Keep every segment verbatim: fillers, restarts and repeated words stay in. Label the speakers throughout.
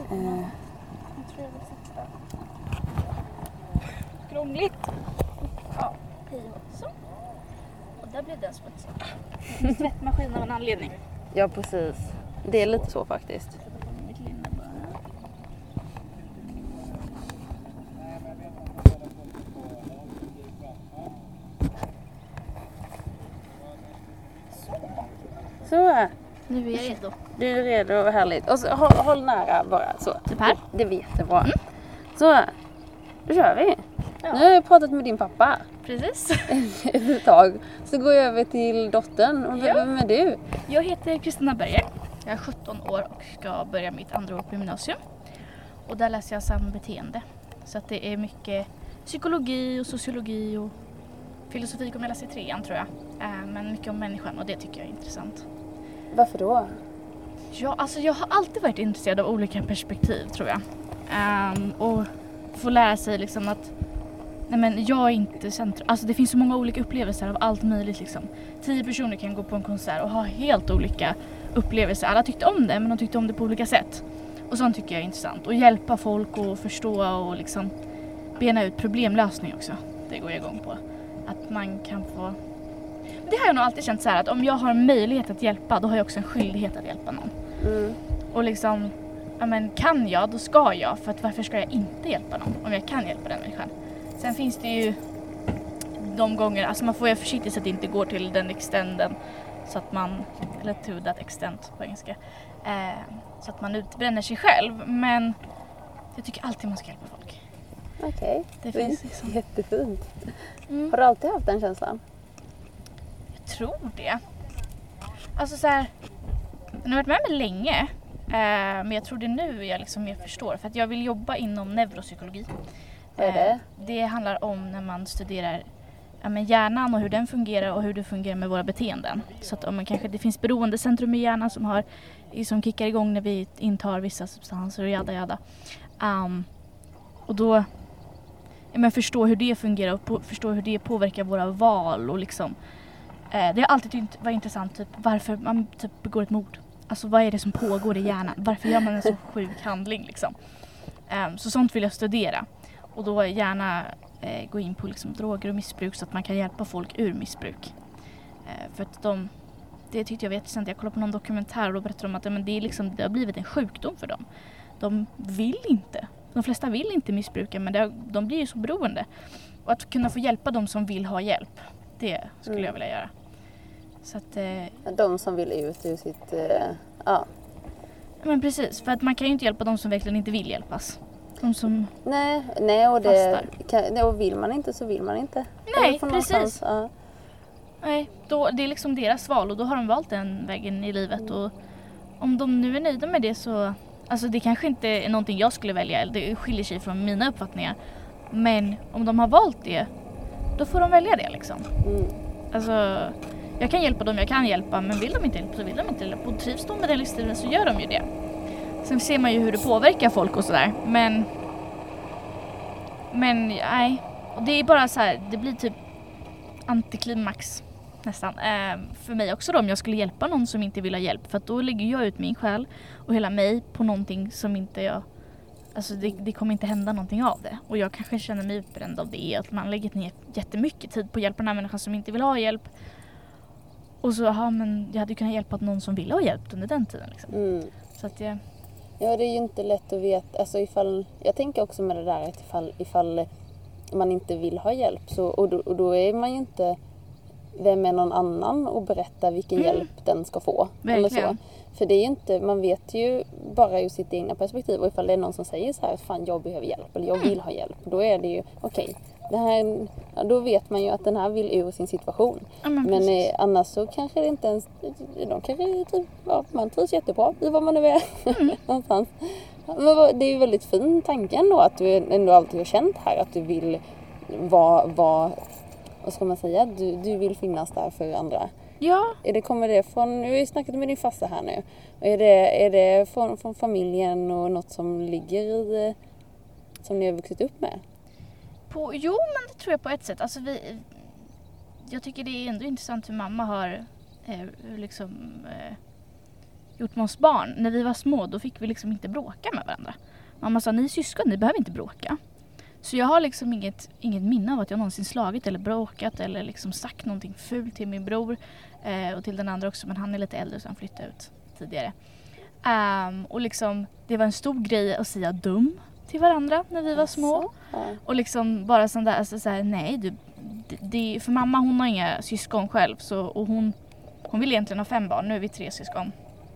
Speaker 1: Eh.
Speaker 2: Jag tror jag vill sitta. Krångligt. Ja, hej och så. Och där blev den smutsig. Tvättmaskin av en anledning.
Speaker 1: Ja, precis. Det är lite så faktiskt.
Speaker 2: Mitt linne bara.
Speaker 1: Så.
Speaker 2: Nu är jag redo.
Speaker 1: Du är redo och härligt. Och så, håll, håll nära bara så.
Speaker 2: Typ här?
Speaker 1: Det, det blir jättebra. Mm. Så, då kör vi.
Speaker 2: Ja.
Speaker 1: Nu har jag pratat med din pappa
Speaker 2: Precis.
Speaker 1: ett tag. Så går jag över till dottern. Och
Speaker 2: Ja.
Speaker 1: vem är du?
Speaker 2: Jag heter Kristina Berger. Jag är sjutton år och ska börja mitt andra år på gymnasium. Och där läser jag sambeteende. Så att det är mycket psykologi och sociologi och filosofi kommer jag läsa i trean tror jag. Äh, men mycket om människan och det tycker jag är intressant.
Speaker 1: Varför då?
Speaker 2: Ja, alltså jag har alltid varit intresserad av olika perspektiv tror jag. Um, och få lära sig liksom att nej men jag är inte centrum. Alltså det finns så många olika upplevelser av allt möjligt liksom. Tio personer kan gå på en konsert och ha helt olika upplevelser. Alla tyckte om det men de tyckte om det på olika sätt. Och sånt tycker jag är intressant. Och hjälpa folk att förstå och liksom bena ut problemlösning också. Det går jag igång på. Att man kan få... Det har jag nog alltid känt så här att om jag har en möjlighet att hjälpa då har jag också en skyldighet att hjälpa någon.
Speaker 1: Mm.
Speaker 2: Och liksom, ja men kan jag då ska jag. För att varför ska jag inte hjälpa någon om jag kan hjälpa den människan. Sen finns det ju de gånger, alltså man får vara försiktig så att det inte går till den extenden. Så att man, eller to that extent på engelska. Eh, så att man utbränner sig själv. Men jag tycker alltid man ska hjälpa folk.
Speaker 1: Okej, okay.
Speaker 2: Det
Speaker 1: Fint.
Speaker 2: finns liksom...
Speaker 1: Jättefint.
Speaker 2: Mm.
Speaker 1: Har du alltid haft den känslan?
Speaker 2: Jag tror det. Alltså så här, den har varit med mig länge. Eh, men jag tror det nu jag liksom mer förstår. För att jag vill jobba inom neuropsykologi.
Speaker 1: Vad är det?
Speaker 2: Eh, det handlar om när man studerar ja, men hjärnan och hur den fungerar och hur det fungerar med våra beteenden. Så att om man kanske, det finns beroendecentrum i hjärnan som, har, som kickar igång när vi intar vissa substanser och jada jada. Um, och då ja, men förstå hur det fungerar och på, förstå hur det påverkar våra val och liksom. Eh, det har alltid varit intressant typ, varför man typ begår ett mord. Alltså vad är det som pågår i hjärnan? Varför gör man en så sjuk handling liksom? Um, så sånt vill jag studera. Och då gärna eh, gå in på liksom, droger och missbruk så att man kan hjälpa folk ur missbruk. Eh, för att de, det tyckte jag var jättesant. Jag kollade på någon dokumentär och då berättade de att ja, men det, är liksom, det har blivit en sjukdom för dem. De vill inte. De flesta vill inte missbruka men det, de blir ju så beroende. Och att kunna få hjälpa dem som vill ha hjälp, det skulle mm. jag vilja göra. Så att, eh,
Speaker 1: de som vill ut ur sitt... Eh, ja.
Speaker 2: Men precis, för att man kan ju inte hjälpa de som verkligen inte vill hjälpas. De som
Speaker 1: nej, nej och, det, kan, och vill man inte så vill man inte.
Speaker 2: Nej, precis.
Speaker 1: Ja.
Speaker 2: Nej, då, det är liksom deras val och då har de valt den vägen i livet. Och om de nu är nöjda med det så... Alltså det kanske inte är någonting jag skulle välja. Det skiljer sig från mina uppfattningar. Men om de har valt det, då får de välja det liksom.
Speaker 1: Mm.
Speaker 2: Alltså, jag kan hjälpa dem jag kan hjälpa. Men vill de inte hjälpa så vill de inte hjälpa. Och trivs de med den livsstilen så gör de ju det. Sen ser man ju hur det påverkar folk och sådär. Men... Men nej. Och det är bara så här, det blir typ antiklimax nästan. Eh, för mig också då om jag skulle hjälpa någon som inte vill ha hjälp. För att då lägger jag ut min själ och hela mig på någonting som inte jag... Alltså det, det kommer inte hända någonting av det. Och jag kanske känner mig utbränd av det. Att man lägger ner jättemycket tid på att hjälpa den här människan som inte vill ha hjälp. Och så, ja men jag hade kunnat hjälpa någon som vill ha hjälp under den tiden liksom.
Speaker 1: Mm.
Speaker 2: Så att jag...
Speaker 1: Ja, det är ju inte lätt att veta. Alltså ifall, jag tänker också med det där att ifall, ifall man inte vill ha hjälp så, och, då, och då är man ju inte vem är någon annan och berätta vilken mm. hjälp den ska få. Eller så. För det är ju inte, man vet ju bara ur sitt egna perspektiv och ifall det är någon som säger så här, fan jag behöver hjälp eller jag vill ha hjälp, då är det ju okej. Okay, det här, ja, då vet man ju att den här vill ur sin situation.
Speaker 2: Ja, men
Speaker 1: men eh, annars så kanske det inte ens, de kanske typ, ja, man trivs jättebra i vad man nu är mm. någonstans. Men det är ju väldigt fin tanke ändå att du ändå alltid har känt här att du vill vara, vara vad ska man säga, du, du vill finnas där för andra.
Speaker 2: Ja.
Speaker 1: Är det, kommer det från, nu har vi snackat med din farsa här nu. Är det, är det från, från familjen och något som ligger i, som ni har vuxit upp med?
Speaker 2: På, jo, men det tror jag på ett sätt. Alltså vi, jag tycker det är ändå intressant hur mamma har eh, liksom, eh, gjort med oss barn. När vi var små då fick vi liksom inte bråka med varandra. Mamma sa, ni är syskon, ni behöver inte bråka. Så jag har liksom inget, inget minne av att jag någonsin slagit eller bråkat eller liksom sagt någonting fult till min bror eh, och till den andra också, men han är lite äldre så han flyttade ut tidigare. Um, och liksom, det var en stor grej att säga dum till varandra när vi var små. Och liksom bara sån där, alltså så här, nej, du, det, det, för mamma hon har inga syskon själv så, och hon, hon vill egentligen ha fem barn, nu är vi tre syskon.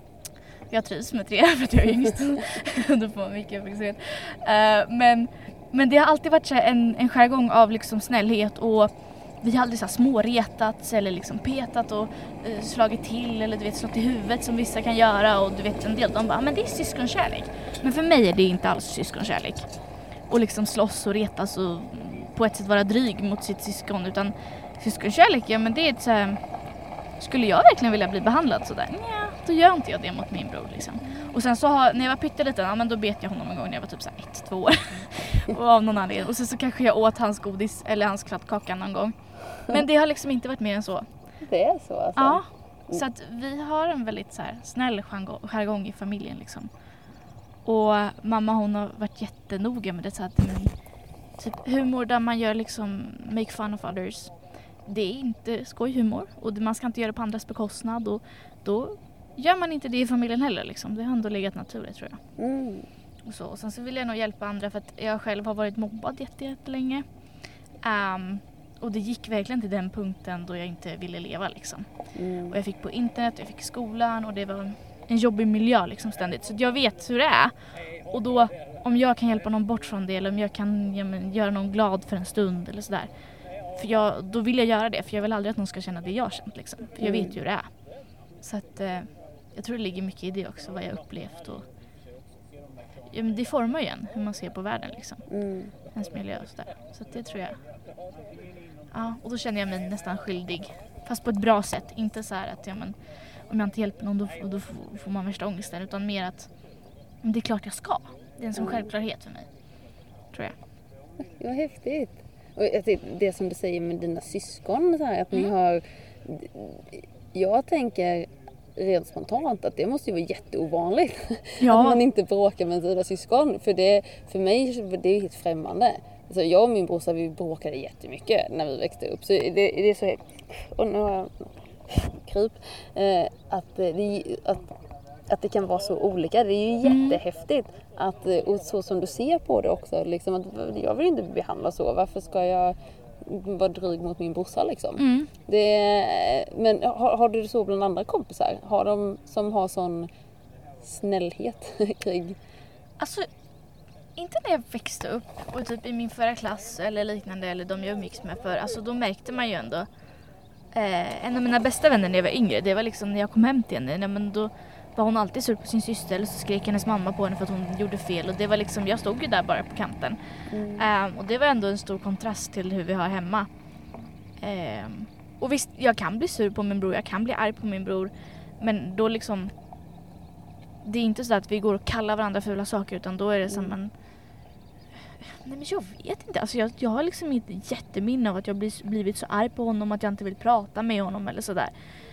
Speaker 2: Jag trivs med tre för att jag är yngst. Då får man mycket uppmärksamhet. Uh, men, men det har alltid varit så här en, en jargong av liksom snällhet och vi har aldrig så här småretats eller liksom petat och uh, slagit till eller du vet slått i huvudet som vissa kan göra och du vet en del de bara, men det är syskonkärlek. Men för mig är det inte alls syskonkärlek. Och liksom slåss och retas och på ett sätt vara dryg mot sitt syskon utan syskonkärlek, ja men det är ett så här, skulle jag verkligen vilja bli behandlad sådär? Nja, då gör inte jag det mot min bror liksom. Och sen så har, när jag var pytteliten, ja men då bet jag honom en gång när jag var typ så här ett, två år. Och av någon anledning. Och sen så kanske jag åt hans godis eller hans klattkaka någon gång. Men det har liksom inte varit mer än så.
Speaker 1: Det är så alltså?
Speaker 2: Ja, så att vi har en väldigt så här snäll jargong i familjen liksom. Och mamma hon har varit jättenoga med det så att men, typ humor där man gör liksom make fun of others. Det är inte skojhumor och man ska inte göra det på andras bekostnad och då gör man inte det i familjen heller liksom. Det har ändå legat naturligt tror jag.
Speaker 1: Mm.
Speaker 2: Och, så. Och sen så vill jag nog hjälpa andra för att jag själv har varit mobbad jätte, jättelänge. Um, och det gick verkligen till den punkten då jag inte ville leva liksom. Mm. Och jag fick på internet, jag fick i skolan och det var en jobbig miljö liksom ständigt. Så jag vet hur det är. Och då om jag kan hjälpa någon bort från det eller om jag kan ja, men, göra någon glad för en stund eller sådär. För jag, då vill jag göra det för jag vill aldrig att någon ska känna det jag känt liksom. För jag vet ju hur det är. Så att eh, jag tror det ligger mycket i det också vad jag upplevt och ja, men det formar ju en hur man ser på världen liksom. Mm. Ens miljö och sådär. Så att det tror jag. Ja, och då känner jag mig nästan skyldig. Fast på ett bra sätt. Inte så här att ja, men, om jag inte hjälper någon då, då får man värsta ångesten. Utan mer att det är klart jag ska. Det är en sån mm. självklarhet för mig. Tror jag.
Speaker 1: Ja, häftigt. Och det som du säger med dina syskon så här, att mm. ni har jag tänker rent spontant att det måste ju vara jätteovanligt ja. Att man inte bråkar med sina syskon för det för mig det är helt främmande. Så jag och min brorsa vi bråkade jättemycket när vi växte upp så det, det är så och nu har jag kryp eh, att det att att det kan vara så olika. Det är ju mm. jättehäftigt att och så som du ser på det också liksom att jag vill inte behandla så. Varför ska jag vara dryg mot min brorsa liksom? Mm. Det men har, har du det så bland andra kompisar? Har de som har sån snällhet kring?
Speaker 2: Alltså inte när jag växte upp och typ i min förra klass eller liknande eller de jag umgicks med för alltså då märkte man ju ändå eh, en av mina bästa vänner när jag var yngre det var liksom när jag kom hem till henne men då var hon alltid sur på sin syster eller så skrek hennes mamma på henne för att hon gjorde fel och det var liksom, jag stod ju där bara på kanten mm. um, och det var ändå en stor kontrast till hur vi har hemma um, och visst, jag kan bli sur på min bror, jag kan bli arg på min bror men då liksom det är inte så att vi går och kallar varandra fula saker utan då är det som mm. en nej men jag vet inte, alltså jag, jag har liksom inte jätteminne av att jag blir, blivit så arg på honom att jag inte vill prata med honom eller sådär.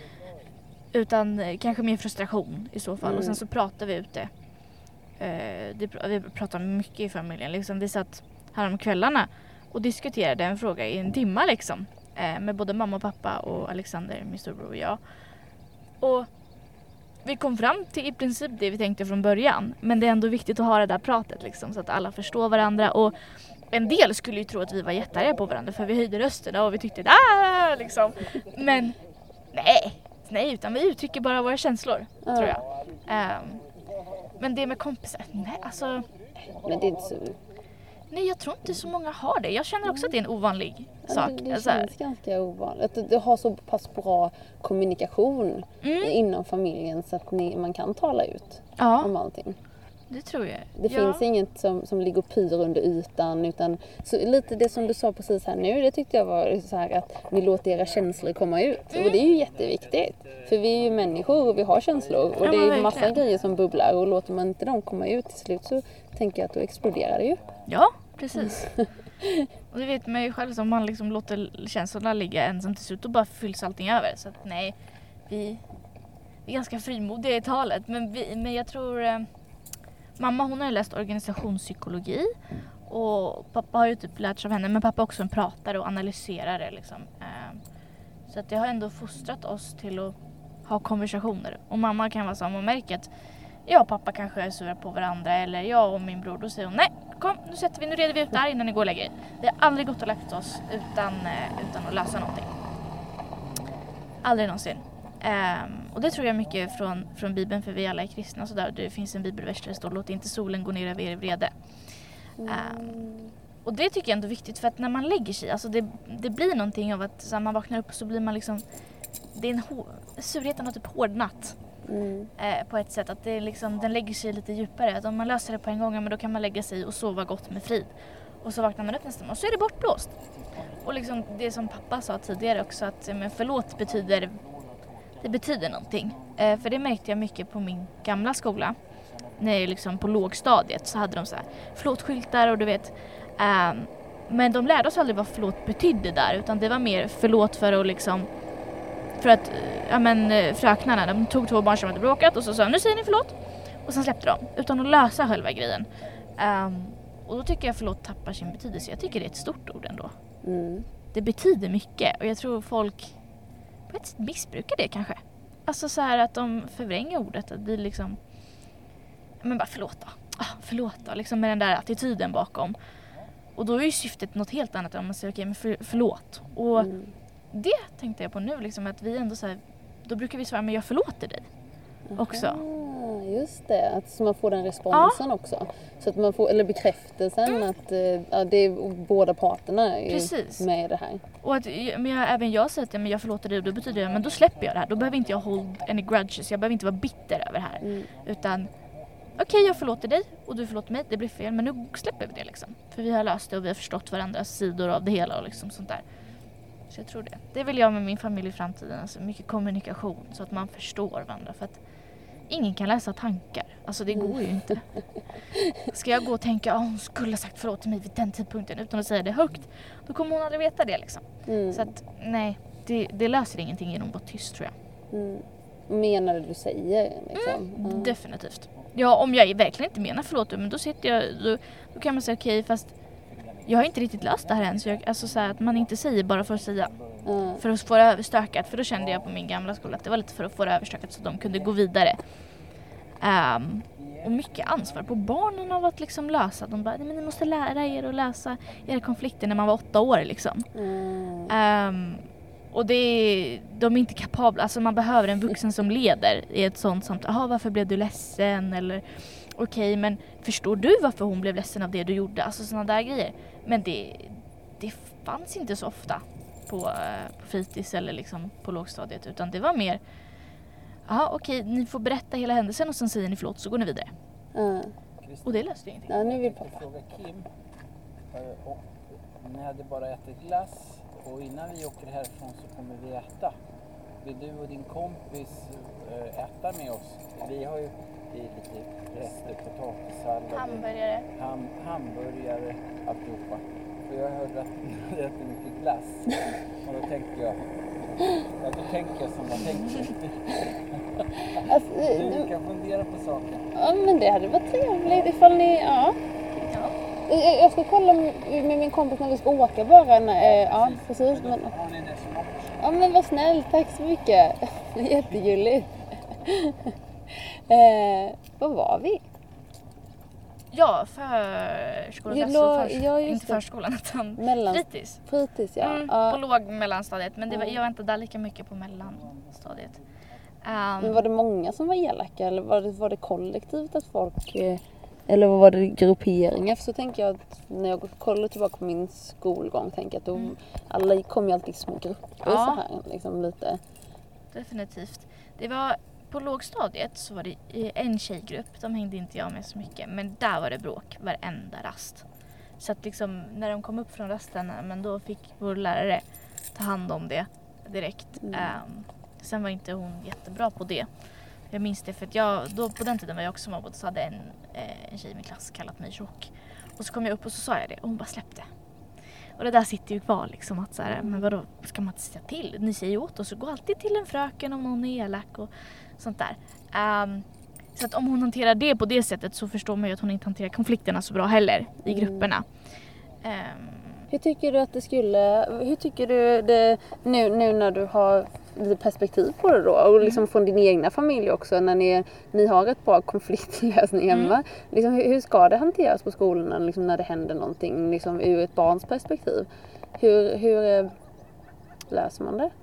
Speaker 2: Utan eh, kanske mer frustration i så fall. Mm. Och sen så pratar vi ut det. Eh, det. Vi pratar mycket i familjen. Liksom, vi satt här om kvällarna och diskuterade en fråga i en timma liksom. Eh, med både mamma och pappa och Alexander, min storbror och jag. Och vi kom fram till i princip det vi tänkte från början. Men det är ändå viktigt att ha det där pratet liksom, så att alla förstår varandra. Och en del skulle ju tro att vi var jättearga på varandra för vi höjde rösterna och vi tyckte ah! liksom. Men nej. Nej, utan vi uttrycker bara våra känslor, mm. tror jag. Um, men det med kompisar, nej, alltså...
Speaker 1: Men det är inte så...
Speaker 2: Nej, jag tror inte så många har det. Jag känner också att det är en ovanlig
Speaker 1: ja,
Speaker 2: sak.
Speaker 1: Det, det
Speaker 2: alltså,
Speaker 1: känns ganska ovanligt. Att du har så pass bra kommunikation mm. inom familjen så att ni, man kan tala ut ja. Om allting.
Speaker 2: Det tror jag.
Speaker 1: Det
Speaker 2: ja.
Speaker 1: Finns inget som, som ligger och pyr under ytan utan så lite det som du sa precis här nu, det tyckte jag var så här att ni låter era känslor komma ut. Mm. Och det är ju jätteviktigt. För vi är ju människor och vi har känslor och ja, det är ju massa grejer som bubblar och låter man inte dem komma ut till slut så tänker jag att då exploderar det ju.
Speaker 2: Ja, precis. Och det vet man ju själv som man liksom låter känslorna ligga ensam till slut och bara fylls allting över. Så att nej, vi... vi är ganska frimodiga i talet. Men, vi, men jag tror... Eh, mamma hon har ju läst organisationspsykologi. Och pappa har ju typ lärt sig av henne. Men pappa är också en pratare och analyserare liksom. Eh, så att det har ändå fostrat oss till att ha konversationer. Och mamma kan vara så om hon märker att jag och pappa kanske är sura på varandra. Eller jag och min bror. Då säger hon nej, kom nu sätter vi, nu reder vi ut där innan ni går och lägger er. Det har aldrig gått och lärt oss utan, eh, utan att lösa någonting. Aldrig någonsin. Um, och det tror jag mycket från, från Bibeln, för vi alla är kristna. Så där, det finns en bibelvers där det står: låt inte solen gå ner över er vrede. Um, och det tycker jag ändå är viktigt, för att när man lägger sig, alltså det, det blir någonting av att så här, man vaknar upp och så blir man liksom, det är en hår, surheten har typ hårdnat. Mm. Eh, på ett sätt att det är liksom, den lägger sig lite djupare. Att om man löser det på en gång, men då kan man lägga sig och sova gott med frid. Och så vaknar man upp nästa morgon och så är det bortblåst. Och liksom det som pappa sa tidigare också, att men förlåt betyder, det betyder någonting. Eh, för det märkte jag mycket på min gamla skola. När jag liksom på lågstadiet så hade de så här förlåtskyltar och du vet. Eh, men de lärde oss aldrig vad förlåt betydde där, utan det var mer förlåt för att liksom, för att ja men fröknarna, de tog två barn som hade bråkat och så sa nu säger ni förlåt. Och sen släppte de, utan att lösa själva grejen. Um, och då tycker jag förlåt tappar sin betydelse. Jag tycker det är ett stort ord ändå. Mm. Det betyder mycket och jag tror folk på ett sätt missbrukar det kanske. Alltså så här att de förvränger ordet, att det blir liksom, men bara förlåt då. Ah, förlåt då, liksom med den där attityden bakom. Och då är ju syftet något helt annat än om man säger okej, okay, men för, förlåt. Och mm. det tänkte jag på nu, liksom, att vi ändå så här, då brukar vi svara, men jag förlåter dig. Aha, också.
Speaker 1: Just det, att så man får den responsen ja. också. Så att man får, eller bekräftelsen mm. att ja, det är båda parterna är Precis. med i det här.
Speaker 2: Och att men jag, även jag säger att men jag förlåter dig, och då betyder det, men då släpper jag det här. Då behöver inte jag hold any grudges, jag behöver inte vara bitter över det här. Mm. Utan okej, okay, jag förlåter dig och du förlåter mig, det blir fel, men nu släpper vi det liksom. För vi har löst det och vi har förstått varandras sidor av det hela och liksom sånt där. Så jag tror det. Det vill jag med min familj i framtiden. Alltså mycket kommunikation så att man förstår varandra. För att ingen kan läsa tankar. Alltså det går ju inte. Ska jag gå och tänka att oh, hon skulle sagt förlåt till mig vid den tidpunkten utan att säga det högt, då kommer hon aldrig veta det liksom. Mm. Så att nej, det, det löser ingenting genom att vara tyst, tror jag.
Speaker 1: Mm. Menar det du säger? Liksom.
Speaker 2: Mm, mm. Definitivt. Ja, om jag verkligen inte menar förlåt, men då sitter jag, då, då kan man säga okej, okay, fast jag har inte riktigt löst det här än. Så jag, alltså så här, att man inte säger bara för att säga. Mm. För att få det överstökat. För då kände jag på min gamla skola att det var lite för att få det överstökat så att de kunde gå vidare. Um, och mycket ansvar på barnen av att liksom lösa. De bara, men ni måste lära er att lösa era konflikter när man var åtta år liksom. Mm. Um, och det är, de är inte kapabla. Alltså man behöver en vuxen som leder i ett sånt samtal. Jaha, varför blev du ledsen? Eller okej, okay, men förstår du varför hon blev ledsen av det du gjorde? Alltså sådana där grejer. Men det, det fanns inte så ofta på, på fritids eller liksom på lågstadiet. Utan det var mer, ja okej, okay, ni får berätta hela händelsen och sen säger ni förlåt så går ni vidare. Mm. Och det löste ingenting.
Speaker 1: Ja, nu vill pappa.
Speaker 3: Fråga Kim. Och ni hade bara ätit glass och innan vi åker härifrån så kommer vi äta. Vill du och din kompis äta med oss? Vi har ju lite rester, potatissallad,
Speaker 2: hamburgare,
Speaker 3: ham, hamburgare, alltihopa. För jag hörde att ni äter mycket glass. Och då tänkte jag, ja då tänker jag som jag tänker. Alltså, du kan fundera på saken.
Speaker 1: Ja, men det hade varit trevligt ifall ni, ja. ja. Jag ska kolla med min kompis när vi ska åka bara. När, ja, precis. Men, ja, men vad snäll, tack så mycket. Det är jättegulligt. Eh, vad var vi?
Speaker 2: Ja, förskolan.
Speaker 1: Ja,
Speaker 2: alltså förs-
Speaker 1: ja,
Speaker 2: inte förskolan utan
Speaker 1: Mellan,
Speaker 2: fritids.
Speaker 1: Fritids, ja.
Speaker 2: Mm,
Speaker 1: ja.
Speaker 2: På låg mellanstadiet. Men det var, jag var inte där lika mycket på mellanstadiet. Um,
Speaker 1: men var det många som var elaka? Eller var det, var det kollektivt att folk... Eller var det grupperingar? För så tänker jag att när jag kollar tillbaka på min skolgång tänker jag att då, mm. alla kom ju alltid i små grupper ja. så här. Liksom lite.
Speaker 2: Definitivt. Det var... På lågstadiet så var det en tjejgrupp, de hängde inte jag med så mycket, men där var det bråk varenda rast. Så att liksom när de kom upp från rasten, men då fick vår lärare ta hand om det direkt. Mm. Um, sen var inte hon jättebra på det. Jag minns det för att jag, då på den tiden var jag också mobbad, så hade en, eh, en tjej i min klass kallat mig tjock. Och så kom jag upp och så sa jag det och hon bara släppte. Och det där sitter ju kvar liksom att så här, men vadå, ska man inte säga till? Ni säger åt oss och gå alltid till en fröken om någon är elak och sånt där. Um, så att om hon hanterar det på det sättet så förstår man ju att hon inte hanterar konflikterna så bra heller i grupperna. Um,
Speaker 1: hur tycker du att det skulle, hur tycker du det nu, nu när du har lite perspektiv på det då och liksom mm. från din egna familj också när ni, ni har ett bra konfliktlösning hemma. Mm. Liksom, hur, hur ska det hanteras på skolorna liksom, när det händer någonting liksom, ur ett barns perspektiv? Hur, hur löser man det?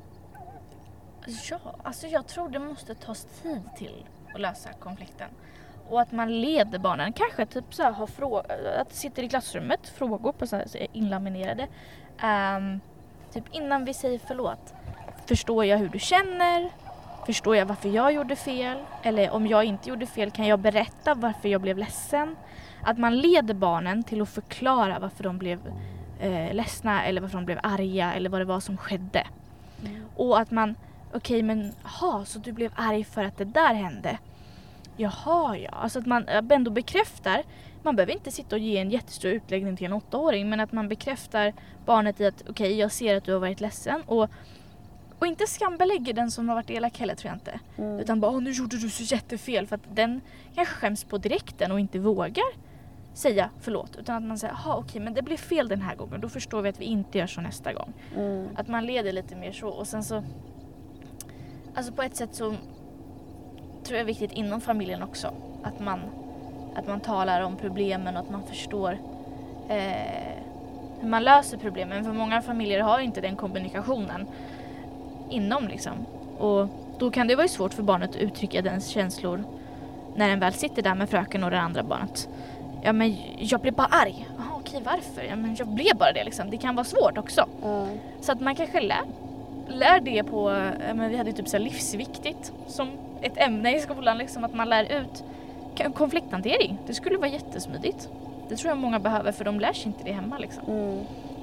Speaker 2: Ja, alltså jag tror det måste tas tid till att lösa konflikten. Och att man leder barnen. Kanske typ så här, ha frå- att det sitter i klassrummet frågor på så här, så här inlaminerade. Um, typ innan vi säger förlåt. Förstår jag hur du känner? Förstår jag varför jag gjorde fel? Eller om jag inte gjorde fel kan jag berätta varför jag blev ledsen? Att man leder barnen till att förklara varför de blev eh, ledsna eller varför de blev arga eller vad det var som skedde. Mm. Och att man, okej okay, men ha så du blev arg för att det där hände. Jaha ja, alltså att man ändå bekräftar. Man behöver inte sitta och ge en jättestor utläggning till en åttaåring men att man bekräftar barnet i att okej okay, jag ser att du har varit ledsen och Och inte skambelägger den som har varit elak heller tror jag inte. Mm. Utan bara, nu gjorde du så jättefel. För att den kanske skäms på direkten och inte vågar säga förlåt. Utan att man säger, jaha okej men det blev fel den här gången. Då förstår vi att vi inte gör så nästa gång. Mm. Att man leder lite mer så. Och sen så, alltså på ett sätt så tror jag är viktigt inom familjen också. Att man, att man talar om problemen och att man förstår eh, hur man löser problemen. För många familjer har inte den kommunikationen inom liksom. Och då kan det vara svårt för barnet att uttrycka dens känslor när den väl sitter där med fröken och det andra barnet. Ja men jag blev bara arg. Jaha okej varför? Ja men jag blev bara det liksom. Det kan vara svårt också. Mm. Så att man kanske lär, lär det på, ja, men vi hade typ så här livsviktigt som ett ämne i skolan liksom. Att man lär ut konflikthantering. Det skulle vara jättesmidigt. Det tror jag många behöver för de lär sig inte det hemma liksom. Mm.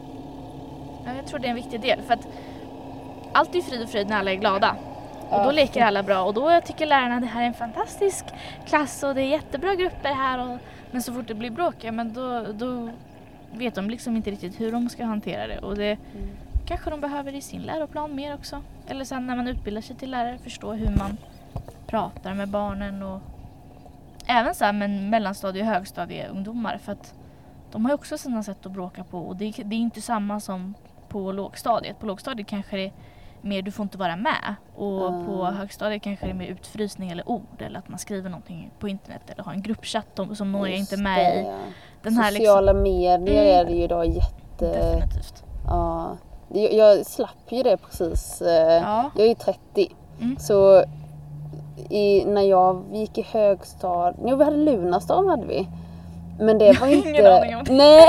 Speaker 2: Ja, jag tror det är en viktig del för att allt är frid och fröjd när alla är glada. Och då leker alla bra. Och då tycker lärarna att det här är en fantastisk klass. Och det är jättebra grupper här. Och, men så fort det blir bråk, ja, men då, då vet de liksom inte riktigt hur de ska hantera det. Och det mm. kanske de behöver i sin läroplan mer också. Eller sen när man utbildar sig till lärare förstå hur man pratar med barnen. Och även så här med mellanstadie- och högstadieungdomar. För att de har ju också sina sätt att bråka på. Och det, det är inte samma som på lågstadiet. På lågstadiet kanske det är mer du får inte vara med. Och mm. på högstadiet kanske det är mer utfrysning eller ord. Eller att man skriver någonting på internet. Eller har en gruppchatt som några inte är med i. Den här
Speaker 1: sociala
Speaker 2: liksom,
Speaker 1: medier är det ju då jätte...
Speaker 2: Definitivt.
Speaker 1: Ja. Jag slapp ju det precis. Ja. Jag är ju trettio. Mm. Så i, när jag gick i högstadiet... Jo, vi hade Lunarstorm hade vi. Men det var inte... Ingen aning om det. Nej,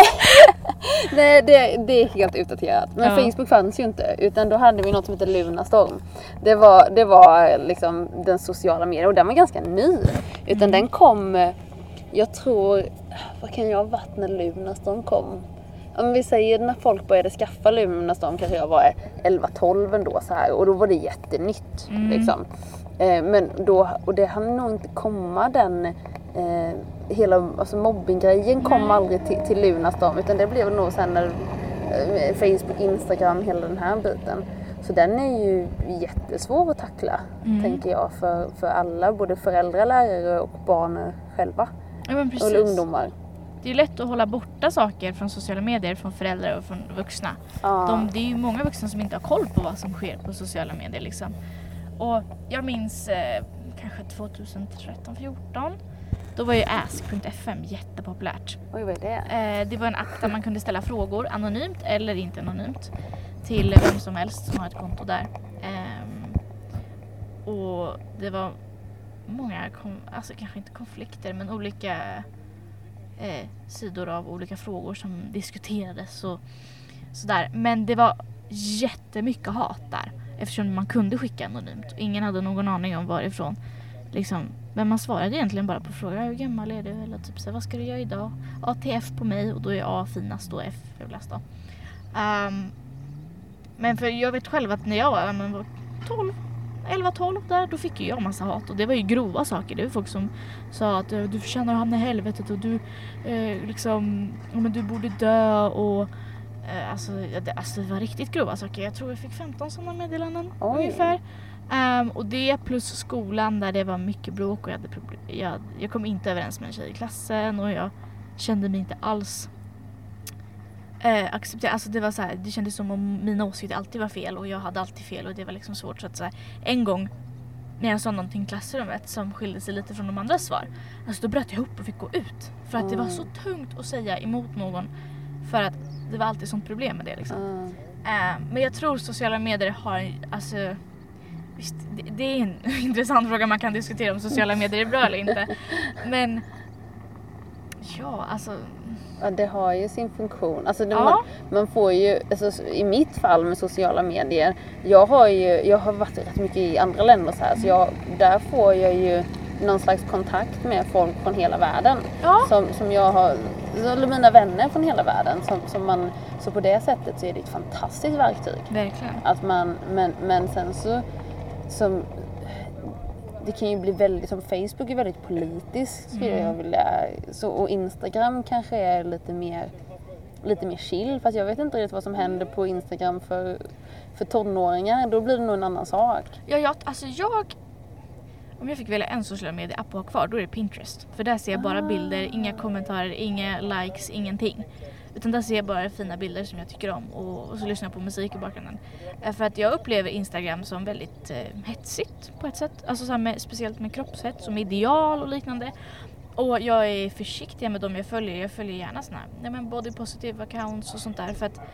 Speaker 1: Nej det, det är helt utdaterat. Men ja. Facebook fanns ju inte. Utan då hade vi något som heter Lunarstorm. Det var, det var liksom den sociala medien. Och den var ganska ny. Utan mm. den kom... Jag tror... Vad kan jag ha varit när Lunarstorm kom? Om vi säger när folk började skaffa Lunarstorm kanske jag var elva tolv ändå så här. Och då var det jättenytt. Mm. Liksom. Eh, men då... Och det hann nog inte komma den... Eh, hela alltså mobbinggrejen kom mm. aldrig till, till Lunarstorm utan det blev nog sen när eh, Facebook, Instagram, hela den här biten. Så den är ju jättesvår att tackla mm. tänker jag för, för alla, både föräldrar, lärare och barn själva.
Speaker 2: Ja, men precis.
Speaker 1: Och ungdomar.
Speaker 2: Det är lätt att hålla borta saker från sociala medier, från föräldrar och från vuxna. Ah. De, det är ju många vuxna som inte har koll på vad som sker på sociala medier liksom. Och jag minns eh, kanske tjugotretton fjorton. Då var ju ask punkt f m jättepopulärt.
Speaker 1: Oj, vad är det?
Speaker 2: Eh, det var en app där man kunde ställa frågor anonymt eller inte anonymt till vem som helst som har ett konto där. Eh, och det var många, kom- alltså kanske inte konflikter, men olika eh, sidor av olika frågor som diskuterades och sådär. Men det var jättemycket hat där eftersom man kunde skicka anonymt och ingen hade någon aning om varifrån liksom. Men man svarade egentligen bara på frågor. Hur gammal är du? Eller typ så, vad ska du göra idag? A T F på mig och då är A finast och F fulast då. Um, men för jag vet själv att när jag var, men var tolv, elva tolv där, då fick ju jag massa hat. Och det var ju grova saker. Det var folk som sa att du förtjänar att hamna i helvetet och du eh, liksom, ja, men du borde dö och Eh, alltså, det, alltså det var riktigt grova saker. Jag tror jag fick femton sådana meddelanden.
Speaker 1: Oj.
Speaker 2: Ungefär. Um, och det plus skolan där det var mycket bråk och jag, hade problem, jag, jag kom inte överens med en tjej i klassen och jag kände mig inte alls eh, accepterad. Alltså det var så här, det kändes som om mina åsikter alltid var fel och jag hade alltid fel och det var liksom svårt. Så att så här, en gång när jag sa någonting i klassrummet som skilde sig lite från de andra svar, alltså då bröt jag ihop och fick gå ut. För att det var så tungt att säga emot någon för att det var alltid sånt problem med det liksom.
Speaker 1: Mm.
Speaker 2: Uh, men jag tror sociala medier har, alltså visst, det, det är en intressant fråga man kan diskutera om sociala medier är bra eller inte. Men ja, alltså
Speaker 1: Ja, det har ju sin funktion. Alltså det,
Speaker 2: Ja.
Speaker 1: man, man får ju, alltså, i mitt fall med sociala medier, jag har ju, jag har varit rätt mycket i andra länder så här, så jag, där får jag ju någon slags kontakt med folk från hela världen.
Speaker 2: Ja.
Speaker 1: Som, som jag har, eller mina vänner från hela världen. Som, som man, så på det sättet så är det ett fantastiskt verktyg.
Speaker 2: verkligen.
Speaker 1: Att man, men, men sen så, som, det kan ju bli väldigt, som Facebook är väldigt politiskt skulle
Speaker 2: Mm.
Speaker 1: jag vilja, så, och Instagram kanske är lite mer, lite mer chill, fast jag vet inte riktigt vad som händer på Instagram för, för tonåringar, då blir det nog en annan sak.
Speaker 2: Ja, jag, alltså jag om jag fick välja en social media app att ha kvar, då är det Pinterest. För där ser jag bara
Speaker 1: Ah.
Speaker 2: bilder, inga kommentarer, inga likes, ingenting. Utan där ser jag bara fina bilder som jag tycker om och, och så lyssnar jag på musik i bakgrunden. Eh, För att jag upplever Instagram som väldigt eh, hetsigt på ett sätt. Alltså så här med, speciellt med kroppshets som ideal och liknande. Och jag är försiktig med dem jag följer. Jag följer gärna såna här ja, men body positive accounts och sånt där. För att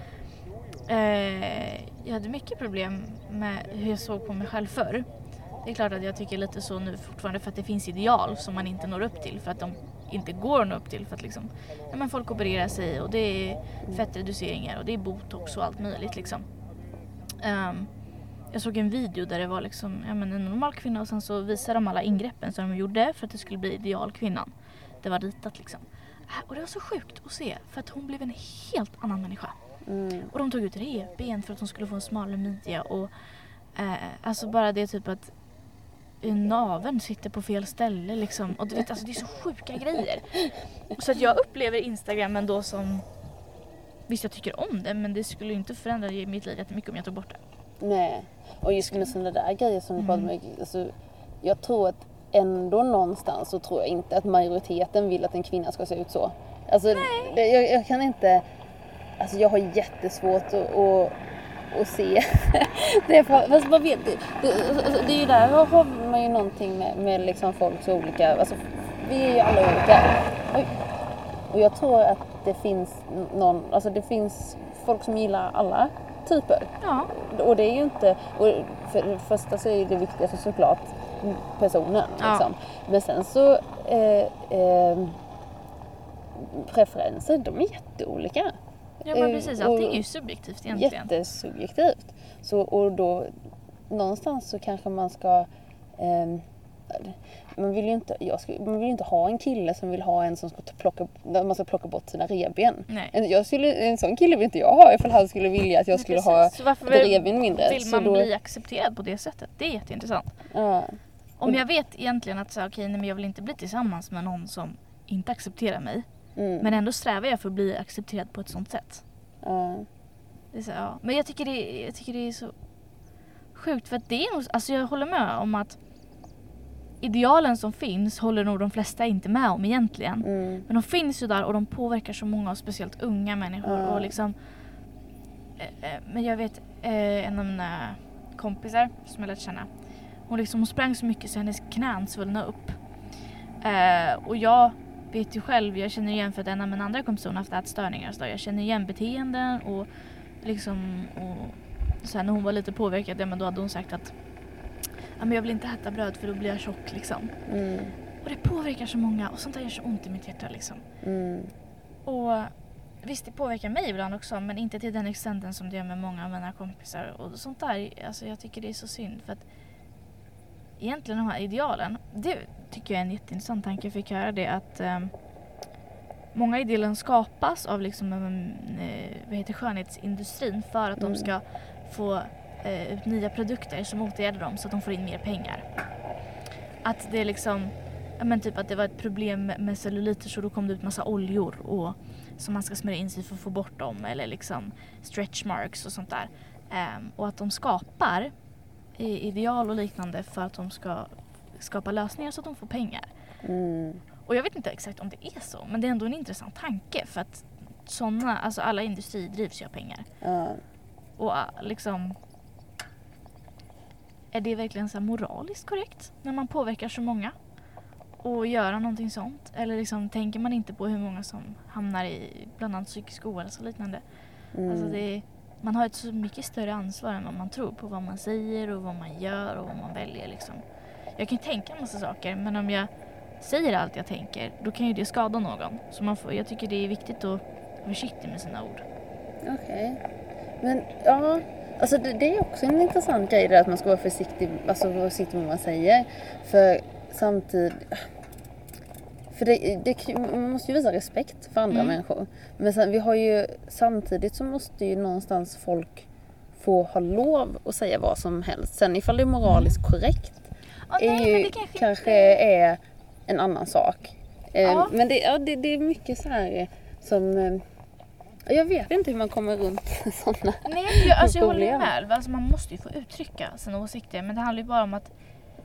Speaker 2: eh, jag hade mycket problem med hur jag såg på mig själv förr. Det är klart att jag tycker lite så nu fortfarande för att det finns ideal som man inte når upp till. För att de inte går att nå upp till för att liksom, ja, men folk opererar sig och det är fettreduceringar och det är botox och allt möjligt liksom. Um, jag såg en video där det var liksom, ja, men en normal kvinna och sen så visade de alla ingreppen som de gjorde för att det skulle bli idealkvinnan. Det var ritat liksom. Och det var så sjukt att se för att hon blev en helt annan människa.
Speaker 1: Mm.
Speaker 2: Och de tog ut revben för att hon skulle få en smalare midja och eh, alltså bara det typ att naveln sitter på fel ställe liksom. Och du vet, alltså det är så sjuka grejer. Så att jag upplever Instagram ändå som, visst jag tycker om det, men det skulle inte förändra mitt liv jättemycket om jag tog bort det.
Speaker 1: Nej, och just med sådana där grejer som du
Speaker 2: Mm.
Speaker 1: pratar med, alltså, jag tror att ändå någonstans så tror jag inte att majoriteten vill att en kvinna ska se ut så. Alltså, det, jag, jag kan inte, alltså jag har jättesvårt att, att, att se det. Är för, fast man vet, det, det, alltså, det är ju där har man ju någonting med, med liksom folks olika, alltså vi är ju alla olika. Oj. Och jag tror att det finns någon, alltså det finns folk som gillar alla typer.
Speaker 2: Ja,
Speaker 1: Och det är ju inte, och för det första så är det viktigaste såklart personen.
Speaker 2: Ja.
Speaker 1: Liksom. Men sen så eh, eh, preferenser, de är jätteolika.
Speaker 2: ja men
Speaker 1: Eh,
Speaker 2: precis,
Speaker 1: och
Speaker 2: allting är ju subjektivt egentligen.
Speaker 1: Jättesubjektivt. Så, och då någonstans så kanske man ska eh, man vill ju inte, jag ska, man vill ju inte ha en kille som vill ha en som ska plocka, där man ska plocka bort sina revben.
Speaker 2: Nej.
Speaker 1: En, jag skulle, en sån kille vill inte jag ha ifall han skulle vilja att jag
Speaker 2: Men
Speaker 1: skulle
Speaker 2: precis.
Speaker 1: ha
Speaker 2: Så varför
Speaker 1: ett revben mindre.
Speaker 2: vill
Speaker 1: Så
Speaker 2: man
Speaker 1: då,
Speaker 2: bli accepterad på det sättet? Det är jätteintressant.
Speaker 1: ja.
Speaker 2: Om jag vet egentligen att så, här, okej, nej, men jag vill inte bli tillsammans med någon som inte accepterar mig.
Speaker 1: Mm.
Speaker 2: Men ändå strävar jag för att bli accepterad på ett sånt sätt.
Speaker 1: Ja.
Speaker 2: Det är så, ja. Men jag tycker det, jag tycker det är så sjukt. För att det är nog, alltså jag håller med om att idealen som finns håller nog de flesta inte med om egentligen.
Speaker 1: Mm.
Speaker 2: Men de finns ju där och de påverkar så många, och speciellt unga människor.
Speaker 1: Ja.
Speaker 2: Och liksom, eh, eh, men jag vet eh, en av mina kompisar som jag lärt känna. Hon, liksom, hon sprang så mycket så hennes knän svullnade upp. Eh, och jag vet ju själv, jag känner igen för att en av mina andra kompisar har haft ätstörningar. Så jag känner igen beteenden och liksom, och så här, när hon var lite påverkad, ja, men då hade hon sagt att ja, men jag vill inte äta bröd för då blir jag tjock liksom.
Speaker 1: Mm.
Speaker 2: Och det påverkar så många och sånt där gör så ont i mitt hjärta liksom.
Speaker 1: Mm.
Speaker 2: Och visst, det påverkar mig ibland också, men inte till den extenten som det gör med många av mina kompisar. Och sånt där, alltså jag tycker det är så synd för att egentligen de här idealen, det tycker jag är en jätteintressant tanke. Jag fick höra det att um, många idealen skapas av liksom, um, eh, vad heter skönhetsindustrin för att
Speaker 1: Mm.
Speaker 2: de ska få eh, ut nya produkter som åtgärdar dem så att de får in mer pengar. Att det är liksom men typ att det var ett problem med celluliter så då kom det ut massa oljor och, som man ska smörja in sig för att få bort dem eller liksom stretch marks och sånt där. Um, och att de skapar i ideal och liknande för att de ska skapa lösningar så att de får pengar.
Speaker 1: Mm.
Speaker 2: Och jag vet inte exakt om det är så, men det är ändå en intressant tanke för att såna, alltså alla industrier drivs ju av pengar.
Speaker 1: Ja.
Speaker 2: Och liksom, är det verkligen så här moraliskt korrekt när man påverkar så många och göra någonting sånt? Eller liksom, tänker man inte på hur många som hamnar i bland annat psykisk ohälsa och liknande?
Speaker 1: Mm.
Speaker 2: Alltså det, man har ett så mycket större ansvar än vad man tror på vad man säger och vad man gör och vad man väljer liksom. Jag kan tänka en massa saker, men om jag säger allt jag tänker, då kan ju det skada någon. Så man får, jag tycker det är viktigt att vara försiktig med sina ord.
Speaker 1: Okej. Okay. Men ja, alltså det, det är också en intressant grej där att man ska vara försiktig, alltså vara försiktig med vad man säger. För samtidigt, för det, det, man måste ju visa respekt för andra mm. människor. Men sen, vi har ju, samtidigt så måste ju någonstans folk få ha lov att säga vad som helst. Sen ifall det är moraliskt mm. korrekt
Speaker 2: oh,
Speaker 1: är
Speaker 2: nej,
Speaker 1: ju,
Speaker 2: det kanske,
Speaker 1: kanske
Speaker 2: inte...
Speaker 1: är en annan sak.
Speaker 2: Ja.
Speaker 1: Men det, ja, det, det är mycket så här som... Jag vet inte hur man kommer runt sådana
Speaker 2: Nej, jag, alltså jag håller med. Alltså man måste ju få uttrycka sina åsikter. Men det handlar ju bara om att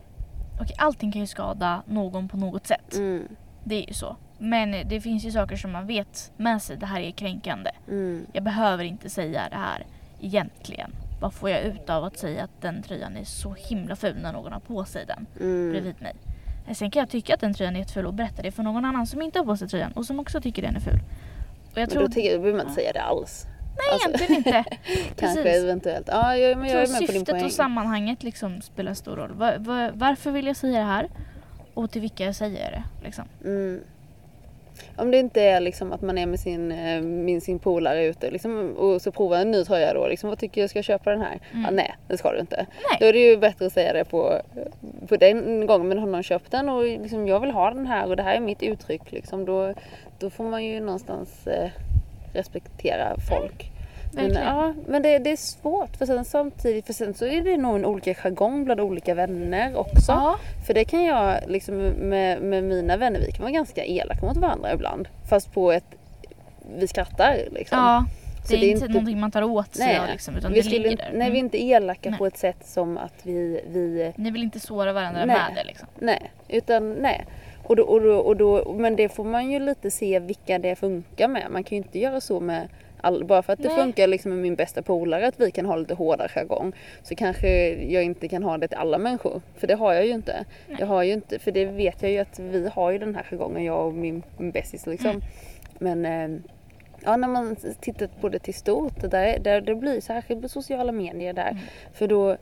Speaker 2: okay, allting kan ju skada någon på något sätt.
Speaker 1: Mm.
Speaker 2: Det är ju så. Men det finns ju saker som man vet med sig. Det här är kränkande.
Speaker 1: Mm.
Speaker 2: Jag behöver inte säga det här egentligen. Vad får jag ut av att säga att den tröjan är så himla ful när någon har på sig den
Speaker 1: mm.
Speaker 2: bredvid mig? Sen kan jag tycka att den tröjan är jätteful och berätta det för någon annan som inte har på sig tröjan och som också tycker den är ful. Och jag
Speaker 1: men
Speaker 2: tror...
Speaker 1: då tycker jag, behöver man inte säga det alls.
Speaker 2: Nej,
Speaker 1: alltså,
Speaker 2: egentligen inte.
Speaker 1: Kanske eventuellt. Ja, jag, men jag, jag är med på din
Speaker 2: syftet
Speaker 1: poäng.
Speaker 2: och sammanhanget liksom spelar stor roll. Var, var, varför vill jag säga det här? Och till vilka jag säger det. Liksom.
Speaker 1: Mm. Om det inte är liksom att man är med sin, med sin polare ute liksom, och så provar en ny tröja då. Liksom, vad tycker jag ska köpa den här?
Speaker 2: Mm.
Speaker 1: Ah, nej, det ska du inte.
Speaker 2: Nej.
Speaker 1: Då är det ju bättre att säga det på, på den gången. Men har någon köpt den och liksom, jag vill ha den här och det här är mitt uttryck. Liksom, då, då får man ju någonstans eh, respektera folk. Men, ja, men det, det är svårt för sen samtidigt, för sen så är det nog en olika jargong bland olika vänner också.
Speaker 2: Ja.
Speaker 1: För det kan jag liksom med, med mina vänner, vi kan vara ganska elaka mot varandra ibland. Fast på ett, vi skrattar liksom.
Speaker 2: Ja, det
Speaker 1: så
Speaker 2: är,
Speaker 1: det är
Speaker 2: inte någonting man tar åt sig av liksom, utan
Speaker 1: vi
Speaker 2: det
Speaker 1: skulle,
Speaker 2: ligger där. Mm.
Speaker 1: Nej, vi är inte elaka
Speaker 2: nej.
Speaker 1: på ett sätt som att vi... vi
Speaker 2: Ni vill inte såra varandra
Speaker 1: nej,
Speaker 2: med det liksom.
Speaker 1: Nej, utan nej. Och då, och då, och då, men det får man ju lite se vilka det funkar med. Man kan ju inte göra så med all, bara för att det
Speaker 2: nej.
Speaker 1: funkar liksom med min bästa polare att vi kan ha lite hårdare jargong, så kanske jag inte kan ha det till alla människor. För det har jag ju inte.
Speaker 2: Nej.
Speaker 1: Jag har ju inte, för det vet jag ju att vi har ju den här jargongen, jag och min, min bästis liksom. Mm. Men eh, ja, när man tittar på det till stort, där, där det blir särskilt på sociala medier där. Mm. För då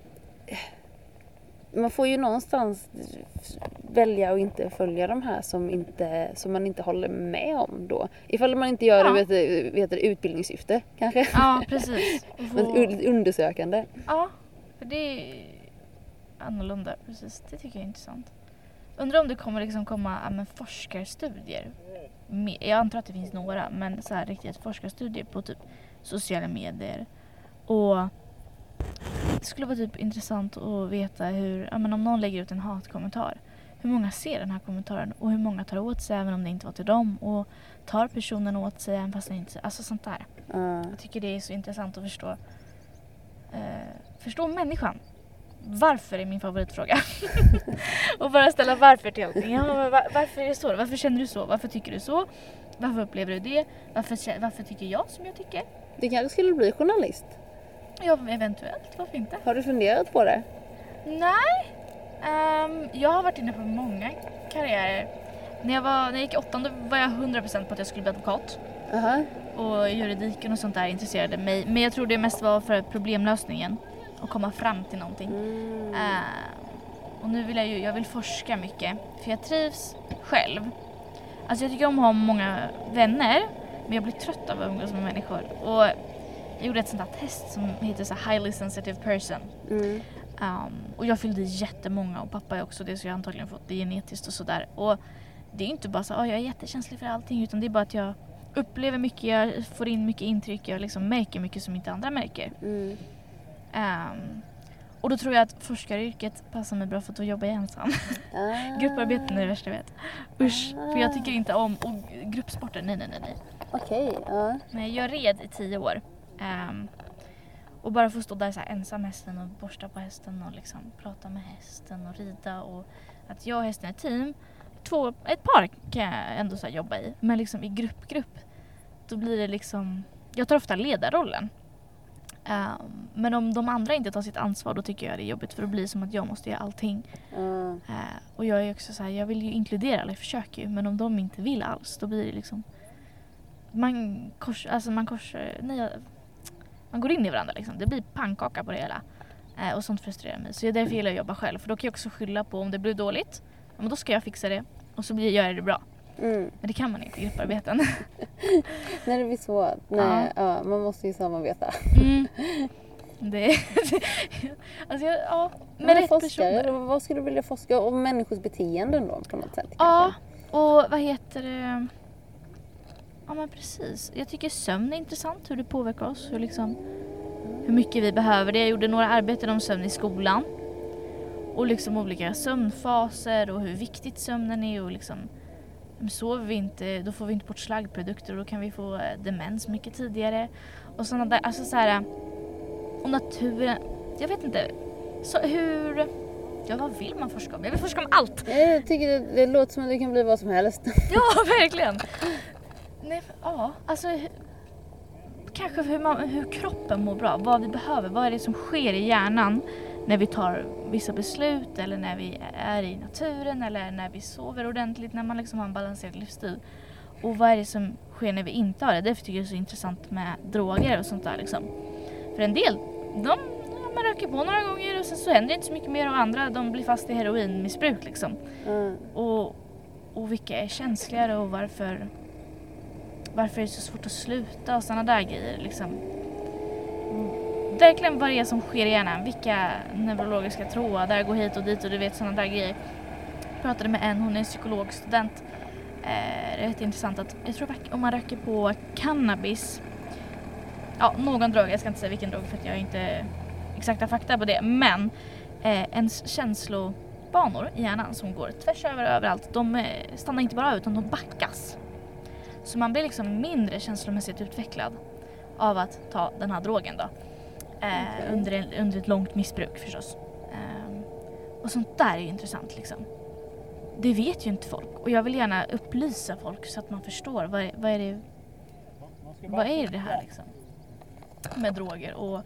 Speaker 1: man får ju någonstans välja att inte följa de här som, inte, som man inte håller med om då. Ifall man inte gör ja. det vet, vet det, utbildningssyfte kanske.
Speaker 2: Ja, precis.
Speaker 1: Få... undersökande.
Speaker 2: Ja, för det är annorlunda. Precis, det tycker jag är intressant. Undrar om det kommer liksom komma ja, men forskarstudier. Jag antar att det finns några, men så här riktigt forskarstudier på typ sociala medier. Och det skulle vara typ intressant att veta hur, ja, men om någon lägger ut en hatkommentar, hur många ser den här kommentaren och hur många tar åt sig även om det inte var till dem, och tar personen åt sig även fast den inte, alltså sånt där.
Speaker 1: Mm.
Speaker 2: Jag tycker det är så intressant att förstå eh, förstå människan. Varför är min favoritfråga. Och bara ställa varför till allting. Ja, var, varför är det så? Varför känner du så? Varför tycker du så? Varför upplever du det? Varför, varför tycker jag som jag tycker?
Speaker 1: Du kanske skulle bli journalist.
Speaker 2: Ja, eventuellt. Varför inte?
Speaker 1: Har du funderat på det?
Speaker 2: Nej. Um, jag har varit inne på många karriärer. När jag, var, när jag gick i åttan då var jag hundra procent på att jag skulle bli advokat.
Speaker 1: Uh-huh.
Speaker 2: Och juridiken och sånt där intresserade mig. Men jag tror det mest var för problemlösningen. Och komma fram till någonting. Mm. Uh, och nu vill jag ju, jag vill forska mycket. För jag trivs själv. Alltså jag tycker om att ha många vänner. Men jag blir trött av att umgås med människor. Och jag gjorde ett sånt här test som heter så highly sensitive person.
Speaker 1: Mm.
Speaker 2: Um, och jag fyllde jättemånga, och pappa är också det, så jag har antagligen fått det genetiskt och sådär. Och det är inte bara så att oh, jag är jättekänslig för allting, utan det är bara att jag upplever mycket, jag får in mycket intryck, jag liksom märker mycket som inte andra märker.
Speaker 1: Mm.
Speaker 2: Um, Och då tror jag att forskaryrket passar mig bra för att då jobbar jag ensam.
Speaker 1: Ah.
Speaker 2: Grupparbeten är det värsta jag vet. Usch,
Speaker 1: Ah.
Speaker 2: för jag tycker inte om och gruppsporter. Nej, nej, nej, nej.
Speaker 1: Okej, okay, ja.
Speaker 2: Men jag red i tio år. Um, och bara få stå där så här ensam hästen och borsta på hästen och liksom prata med hästen och rida. Och att jag och hästen är ett team. Två, ett par kan jag ändå så här jobba i. Men liksom i grupp, grupp. Då blir det liksom... Jag tar ofta ledarrollen. Um, men om de andra inte tar sitt ansvar, då tycker jag det är jobbigt. För det blir som att jag måste göra allting.
Speaker 1: Mm.
Speaker 2: Uh, och jag är också så här, jag vill ju inkludera, eller jag försöker ju. Men om de inte vill alls, då blir det liksom... Man kors, alltså man kors, nej, jag, man går in i varandra liksom. Det blir pannkaka på det hela. Eh, och sånt frustrerar mig. Så jag därför gillar jag att jobba själv. För då kan jag också skylla på om det blir dåligt. Ja, men då ska jag fixa det. Och så blir jag, gör jag det bra. Mm. Men det kan man inte i grupparbeten.
Speaker 1: När det blir svårt. Nej, ja. Ja, man måste ju samarbeta.
Speaker 2: Mm. Det alltså jag, ja, med
Speaker 1: men
Speaker 2: rätt
Speaker 1: forskare,
Speaker 2: personer.
Speaker 1: Vad skulle du vilja forska om människors beteenden då på något sätt?
Speaker 2: Ja,
Speaker 1: kanske?
Speaker 2: och vad heter det? Ja, men precis. Jag tycker sömn är intressant, hur det påverkar oss. Hur, liksom, hur mycket vi behöver det. Jag gjorde några arbeten om sömn i skolan. Och liksom olika sömnfaser och hur viktigt sömnen är. Och liksom, sover vi inte, då får vi inte bort slaggprodukter och då kan vi få demens mycket tidigare. Och sådana där, alltså så här, och naturen, jag vet inte. Så hur, ja vad vill man forska om? Jag vill forska om allt.
Speaker 1: Jag tycker det, det låter som att det kan bli vad som helst.
Speaker 2: Ja, verkligen. Nej, ja, alltså kanske hur, man, hur kroppen mår bra, vad vi behöver, vad är det som sker i hjärnan när vi tar vissa beslut eller när vi är i naturen eller när vi sover ordentligt, när man liksom har en balanserad livsstil. Och vad är det som sker när vi inte har det? Därför tycker jag det är så intressant med droger och sånt där liksom. För en del, de man röker på några gånger och sen så händer det inte så mycket mer och andra, de blir fast i heroinmissbruk liksom. Mm. Och, och vilka är känsligare och varför varför är det så svårt att sluta och sådana där grejer liksom. Verkligen vad det är som sker i hjärnan, vilka neurologiska trådar går hit och dit och du vet sådana där grejer. Jag pratade med en, hon är psykologstudent. Eh, det är rätt intressant att jag tror att om man röker på cannabis, ja någon drog, jag ska inte säga vilken drog för att jag har inte exakta fakta på det, men eh, ens känslobanor i hjärnan som går tvärs över överallt, de eh, stannar inte bara utan de backas. Så man blir liksom mindre känslomässigt utvecklad av att ta den här drogen då. Eh, okay. under, en, under ett långt missbruk förstås. Eh, och sånt där är ju intressant liksom. Det vet ju inte folk. Och jag vill gärna upplysa folk så att man förstår vad är, vad är det vad är det här liksom med droger och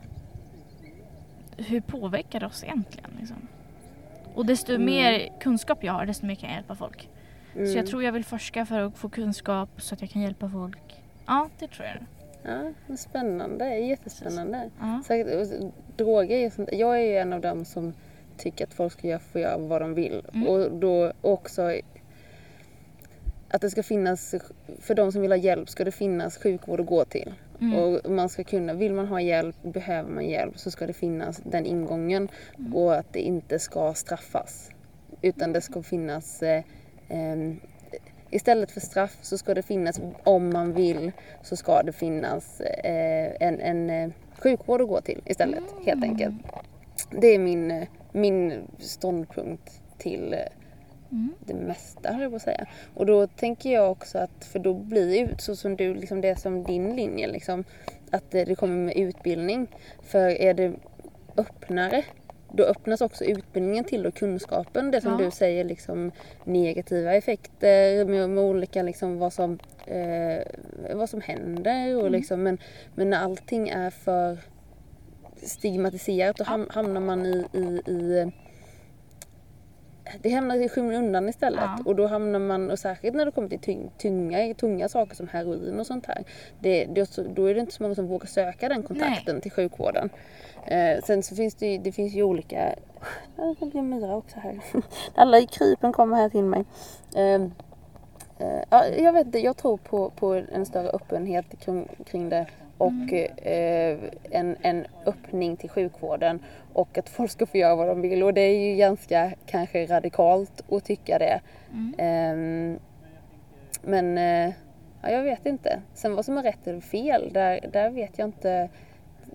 Speaker 2: hur påverkar det oss egentligen liksom. Och desto mm. mer kunskap jag har, desto mer kan jag hjälpa folk. Mm. Så jag tror jag vill forska för att få kunskap så att jag kan hjälpa folk. Ja, det tror jag.
Speaker 1: Ja, spännande. Jättespännande. Ja. Så, droger är sånt. Jag är ju en av dem som tycker att folk ska få göra vad de vill. Mm. Och då också att det ska finnas, för de som vill ha hjälp ska det finnas sjukvård att gå till. Mm. Och man ska kunna, vill man ha hjälp, behöver man hjälp, så ska det finnas den ingången. Mm. Och att det inte ska straffas. Utan det ska finnas eh, eh, istället för straff så ska det finnas, om man vill så ska det finnas eh, en, en eh, sjukvård att gå till istället, mm. helt enkelt. Det är min, min ståndpunkt till eh, mm. det mesta, höll jag på att säga. Och då tänker jag också att, för då blir det så som du, liksom det som din linje, liksom, att det, det kommer med utbildning. För är det öppnare, då öppnas också utbildningen till och kunskapen. Det som ja. du säger, liksom, negativa effekter med, med olika, liksom, vad, som, eh, vad som händer. Och, mm. liksom, men, men när allting är för stigmatiserat, då ham- hamnar man i, i, i det hamnar i skymundan istället. Ja. Och då hamnar man, och särskilt när det kommer till tyng, tunga, tunga saker som heroin och sånt här, det, det, då är det inte så många som vågar söka den kontakten Nej. till sjukvården. Eh, sen så finns det ju, det finns ju olika, det blir myra också här. Alla i krypen kommer här till mig. Eh, eh, ja, jag vet inte, jag tror på, på en större öppenhet kring, kring det. Och mm. eh, en, en öppning till sjukvården. Och att folk ska få göra vad de vill. Och det är ju ganska kanske radikalt att tycka det. Mm. Eh, men eh, ja, jag vet inte. Sen vad som är rätt eller fel, där, där vet jag inte.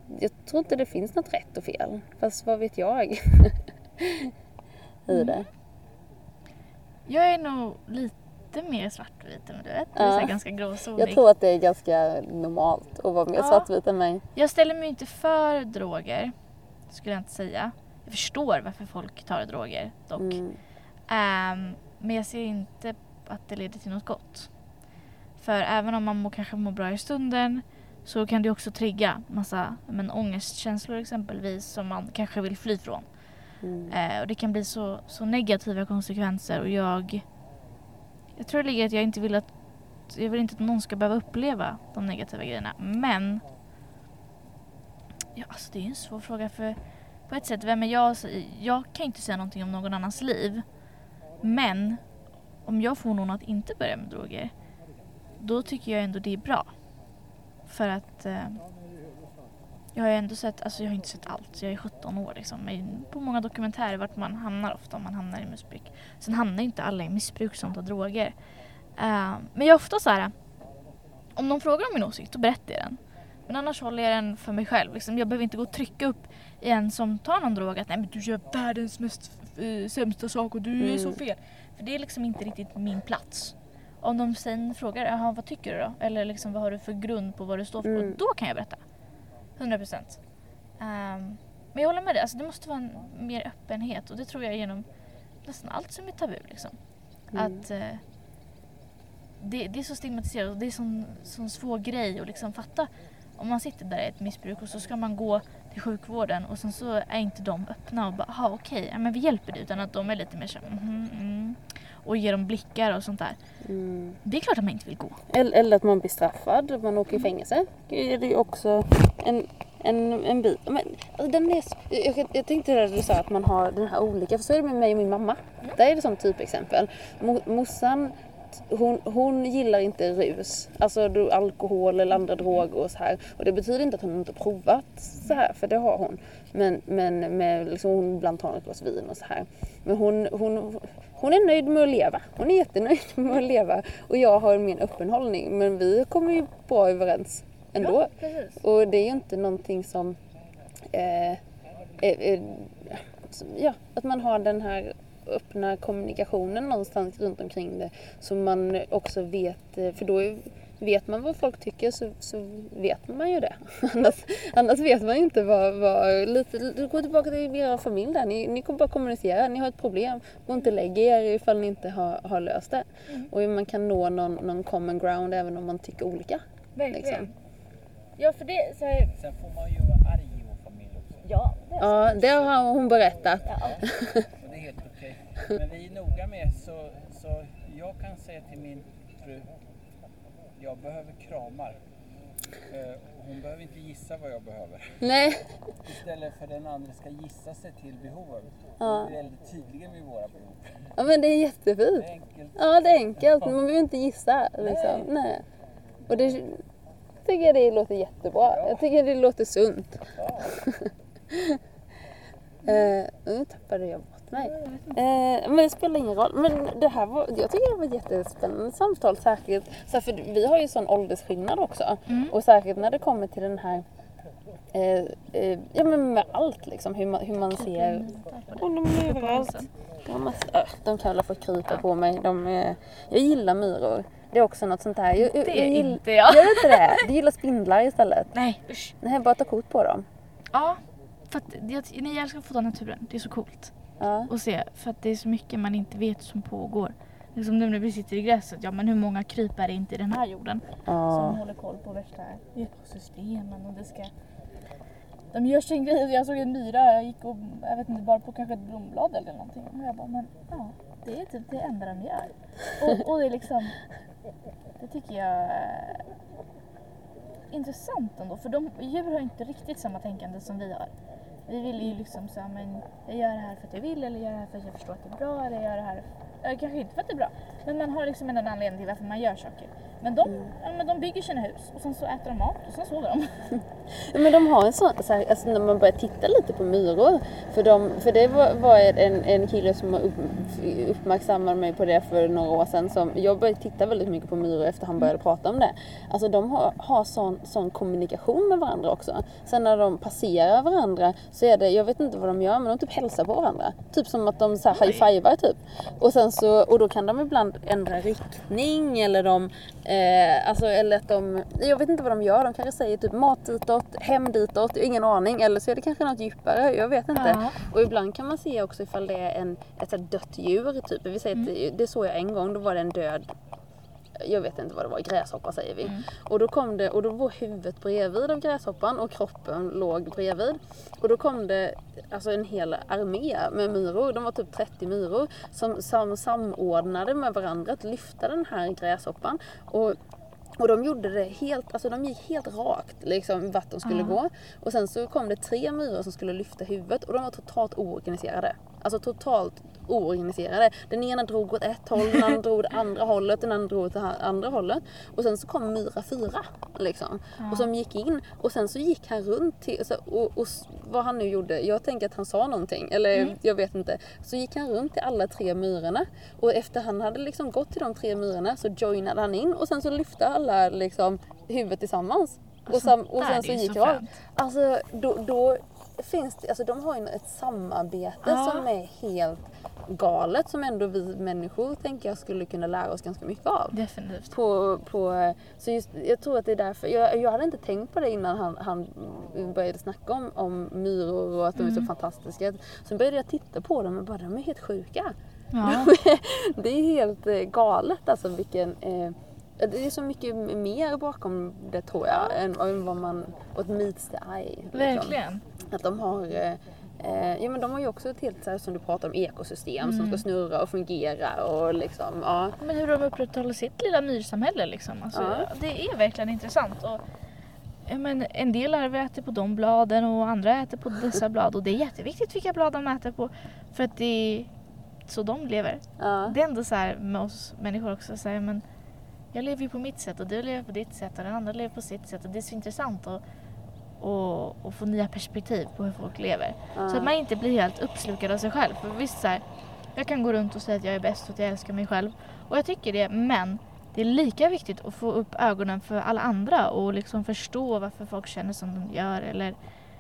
Speaker 1: jag tror inte det finns något rätt och fel. Fast vad vet jag i det.
Speaker 2: Jag är nog lite mer svartvit än du vet. Du är så här ganska gråzonig.
Speaker 1: Jag tror att det är ganska normalt att vara mer ja. svartvit än mig.
Speaker 2: Jag ställer mig inte för droger, skulle jag inte säga. Jag förstår varför folk tar droger dock. Mm. Um, men jag ser inte att det leder till något gott. För även om man må, kanske mår bra i stunden så kan det också trigga massa men, ångestkänslor exempelvis som man kanske vill fly från. Mm. Uh, och det kan bli så, så negativa konsekvenser och jag jag tror det ligger att jag inte vill att jag vill inte att någon ska behöva uppleva de negativa grejerna. Men ja, alltså det är en svår fråga för på ett sätt, vem är jag? Jag kan inte säga någonting om någon annans liv. Men om jag får någon att inte börja med droger, då tycker jag ändå det är bra. För att eh, jag har ändå sett, alltså jag har inte sett allt. Jag är sjutton år liksom. Men på många dokumentärer vart man hamnar ofta om man hamnar i missbruk. Sen hamnar inte alla i missbruk som tar droger. Uh, men jag är ofta så här, om de frågar om min åsikt, då berättar jag den. Men annars håller jag den för mig själv. Liksom, jag behöver inte gå och trycka upp i en som tar någon drog att nej, men du gör världens mest äh, sämsta sak och du mm. är så fel. För det är liksom inte riktigt min plats. Om de sen frågar, jaha, vad tycker du då? Eller liksom, vad har du för grund på vad du står för? Mm. Och då kan jag berätta. hundra procent. Um, men jag håller med dig. Alltså, det måste vara en mer öppenhet. Och det tror jag genom nästan allt som är tabu. Liksom. Mm. Att uh, det, det är så stigmatiserat. Och det är sån, sån svår grej att liksom fatta. Om man sitter där i ett missbruk och så ska man gå till sjukvården. Och sen så är inte de öppna och bara, aha, okej, ja, men vi hjälper dig. Utan att de är lite mer så mm, mm, och ger dem blickar och sånt där. Mm. Det är klart att man inte vill gå.
Speaker 1: Eller, eller att man blir straffad, man åker i fängelse. Det är också en, en, en bit. Men, alltså, den är, jag, jag tänkte att du sa att man har den här olika. För så är det med mig och min mamma. Mm. Där är det som typexempel. Morsan, hon, hon gillar inte rus. Alltså du, alkohol eller andra droger och så här. Och det betyder inte att hon inte provat så här, för det har hon. Men, men med, liksom, hon ibland tar ett glas vin och så här. Men hon, hon, hon är nöjd med att leva. Hon är jättenöjd med att leva. Och jag har min öppen hållning. Men vi kommer ju bra överens ändå. Ja, och det är ju inte någonting som... Eh, eh, eh, ja, att man har den här öppna kommunikationen någonstans runt omkring det. Så man också vet... För då är, vet man vad folk tycker så, så vet man ju det. annars, annars vet man ju inte vad... vad lite, du går tillbaka till er familj där. Ni, ni kommer bara kommunicera. Ni har ett problem. Och inte lägga er ifall ni inte har, har löst det. Mm. Och man kan nå någon, någon common ground även om man tycker olika.
Speaker 2: Verkligen.
Speaker 1: Liksom.
Speaker 2: Ja, för det... Så här...
Speaker 3: Sen får man ju vara arg i vår familj också.
Speaker 2: Ja, det,
Speaker 1: ja, det har hon berättat.
Speaker 2: Ja.
Speaker 3: Och det är helt okej. Men vi är noga med så, så jag kan säga till min fru, jag behöver kramar. Uh, hon behöver inte gissa vad jag behöver.
Speaker 1: Nej.
Speaker 3: Istället för den andra ska gissa sig till behoven. Ja. Vi är väldigt tydliga med våra behov.
Speaker 1: Ja, men det är jättefint. Det är enkelt. Ja, det är enkelt. Man behöver inte gissa. Liksom. Nej. Nej. Och det tycker jag det låter jättebra. Ja. Jag tycker det låter sunt. Ja. uh, nu tappade jag bort mig. Eh, men det spelar ingen roll. Men det här var, jag tycker det var ett jättespännande samtal. Särskilt, så här, för vi har ju sån åldersskillnad också. Mm. Och särskilt när det kommer till den här eh, eh, ja men med allt liksom. Hur man, hur man ser. Och de är överallt. De, äh, de kan väl få krypa på mig. De är, jag gillar myror. Det är också något sånt här. Jag, jag,
Speaker 2: det är
Speaker 1: jag gill,
Speaker 2: inte jag.
Speaker 1: Gör inte det? Du gillar spindlar istället.
Speaker 2: Nej, usch.
Speaker 1: Nej, bara ta kort på dem.
Speaker 2: Ja, för att jag, jag älskar att fota naturen. Det är så coolt. Ja. Och se, för att det är så mycket man inte vet som pågår. Liksom nu när vi sitter i gräset, ja men hur många kryp är det inte i den här jorden? Ja. Som håller koll på värsta ekosystemen och det ska... De gör sin grej, jag såg en myra, jag gick och, jag vet inte, bara på kanske ett blomblad eller någonting. Och jag bara, men ja, det är typ det enda de gör. Och, och det är liksom, det tycker jag är intressant ändå. För de djur har inte riktigt samma tänkande som vi har. Vi vill ju liksom säga, men jag gör det här för att jag vill, eller jag gör det här för att jag förstår att det är bra, eller jag gör det här, äh, kanske inte för att det är bra. Men man har liksom en anledning till varför man gör saker. Men de, mm. ja, men de bygger sina hus och sen så äter de mat och sen sover de.
Speaker 1: Men de har en sån, så här, alltså när man börjar titta lite på myror, för, de, för det var, var en, en kille som upp, uppmärksammade mig på det för några år sedan, som jag började titta väldigt mycket på myror efter han började mm. prata om det. Alltså de har, har sån, sån kommunikation med varandra också. Sen när de passerar varandra så är det, jag vet inte vad de gör, men de typ hälsar på varandra. Typ som att de så här high-fivar typ. Och, sen så, och då kan de ibland ändra riktning eller de Eh, alltså, eller att de, jag vet inte vad de gör, de kanske säger typ mat ditåt, hem ditåt, ingen aning, eller så är det kanske något djupare, jag vet inte. Ja. Och ibland kan man se också ifall det är en, ett så dött djur typ, vi säger mm. att det, det såg jag en gång, då var det en död, jag vet inte vad det var, gräshoppa säger vi. Mm. Och då kom det, och då var huvudet bredvid av gräshoppan och kroppen låg bredvid. Och då kom det alltså en hel armé med myror, de var typ trettio myror som, som samordnade med varandra att lyfta den här gräshoppan. Och Och de gjorde det helt, alltså de gick helt rakt liksom vart de skulle uh-huh. gå. Och sen så kom det tre myror som skulle lyfta huvudet och de var totalt oorganiserade. Alltså totalt oorganiserade. Den ena drog åt ett håll, den andra drog åt andra hållet, den andra drog åt andra hållet. Och sen så kom myra fyra liksom. Uh-huh. Och som gick in och sen så gick han runt till, alltså, och, och vad han nu gjorde, jag tänker att han sa någonting, eller mm. jag vet inte. Så gick han runt till alla tre myrorna och efter han hade liksom gått till de tre myrorna så joinade han in och sen så lyfte alla liksom huvudet tillsammans. Alltså, och, sam, och sen så gick jag. Alltså då, då finns det, alltså de har ju ett samarbete ja. som är helt galet, som ändå vi människor tänker jag skulle kunna lära oss ganska mycket av.
Speaker 2: Definitivt.
Speaker 1: På, på, så just, jag tror att det är därför, jag, jag hade inte tänkt på det innan han, han började snacka om, om myror och att de mm. är så fantastiska. Så började jag titta på dem och bara, de är helt sjuka. Ja. Det är helt galet alltså vilken... Eh, det är så mycket mer bakom det tror jag än, än vad man what meets the eye. Liksom.
Speaker 2: Verkligen.
Speaker 1: Att de har eh, ja men de har ju också ett helt så här, som du pratar om ekosystem mm. som ska snurra och fungera och liksom ja.
Speaker 2: Men hur de upprätthåller sitt lilla myrsamhälle liksom. Alltså, ja. Det är verkligen intressant och ja, men en del larver äter på de bladen och andra äter på dessa blad och det är jätteviktigt vilka blad de äter på för att det är så de lever. Ja. Det är ändå så här med oss människor också så här, men jag lever ju på mitt sätt och du lever på ditt sätt och den andra lever på sitt sätt och det är så intressant att och, och få nya perspektiv på hur folk lever. Mm. Så att man inte blir helt uppslukad av sig själv. För visst så här, jag kan gå runt och säga att jag är bäst och att jag älskar mig själv. Och jag tycker det, men det är lika viktigt att få upp ögonen för alla andra och liksom förstå varför folk känner som de gör eller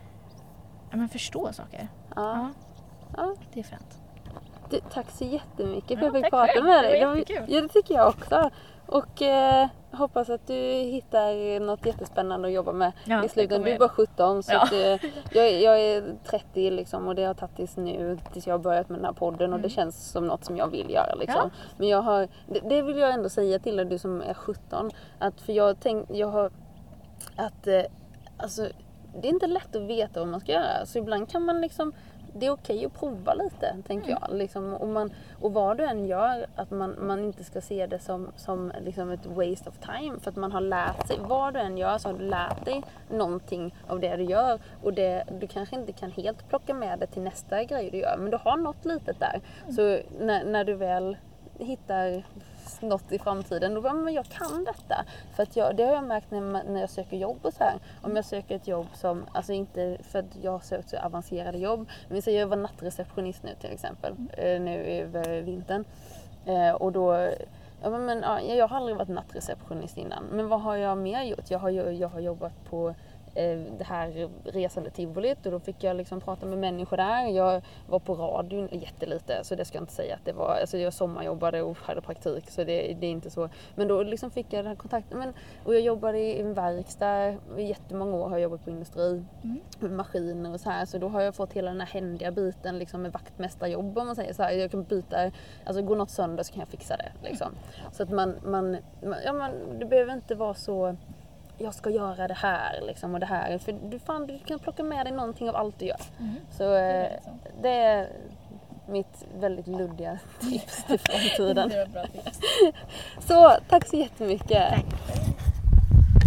Speaker 2: ja, men förstå saker.
Speaker 1: Ja.
Speaker 2: Ja. Det är fränt.
Speaker 1: Du, tack så jättemycket för
Speaker 2: ja,
Speaker 1: att jag fick prata
Speaker 2: själv.
Speaker 1: med dig.
Speaker 2: Det var jättekul.
Speaker 1: Ja, det tycker jag också. Och eh, hoppas att du hittar något jättespännande att jobba med ja, i slutet. Du är bara sjutton så ja. att, eh, jag, jag är trettio liksom, och det har tagit tills nu tills jag har börjat med den här podden mm. och det känns som något som jag vill göra. Liksom. Ja. Men jag har, det, det vill jag ändå säga till dig, du som är sjutton. Att, för jag, tänk, jag har att eh, alltså, det är inte lätt att veta vad man ska göra. Så ibland kan man liksom det är okej att prova lite, tänker mm. jag. Liksom, och, man, och vad du än gör, att man, man inte ska se det som, som liksom ett waste of time. För att man har lärt sig, vad du än gör så har du lärt dig någonting av det du gör. Och det, du kanske inte kan helt plocka med det till nästa grej du gör. Men du har något litet där. Mm. Så när, när du väl hittar något i framtiden, då bara, men jag kan detta. För att jag, det har jag märkt när, man, när jag söker jobb och så här. Om jag söker ett jobb som, alltså inte för att jag har sökt så avancerade jobb, men vi säger jag var nattreceptionist nu till exempel, mm. nu över vintern. Eh, och då, ja, men, ja, jag har aldrig varit nattreceptionist innan. Men vad har jag mer gjort? Jag har, jag har jobbat på det här resande tivolit och då fick jag liksom prata med människor där. Jag var på radion jättelite så det ska jag inte säga att det var, alltså jag sommarjobbade och hade praktik så det, det är inte så. Men då liksom fick jag den här kontakten. Men, och jag jobbade i en verkstad, i jättemånga år har jag jobbat på industri mm. med maskiner och så här, så då har jag fått hela den här händiga biten liksom med vaktmästarjobb om man säger så här. Jag kan byta, alltså går något sönder så kan jag fixa det liksom. Så att man, man, ja man, det behöver inte vara så jag ska göra det här liksom och det här. För du, fan, du kan plocka med dig någonting av allt du gör. Mm. Så det är, det är mitt väldigt luddiga tips till framtiden.
Speaker 2: Det var bra tips.
Speaker 1: Så tack så jättemycket.
Speaker 2: Tack.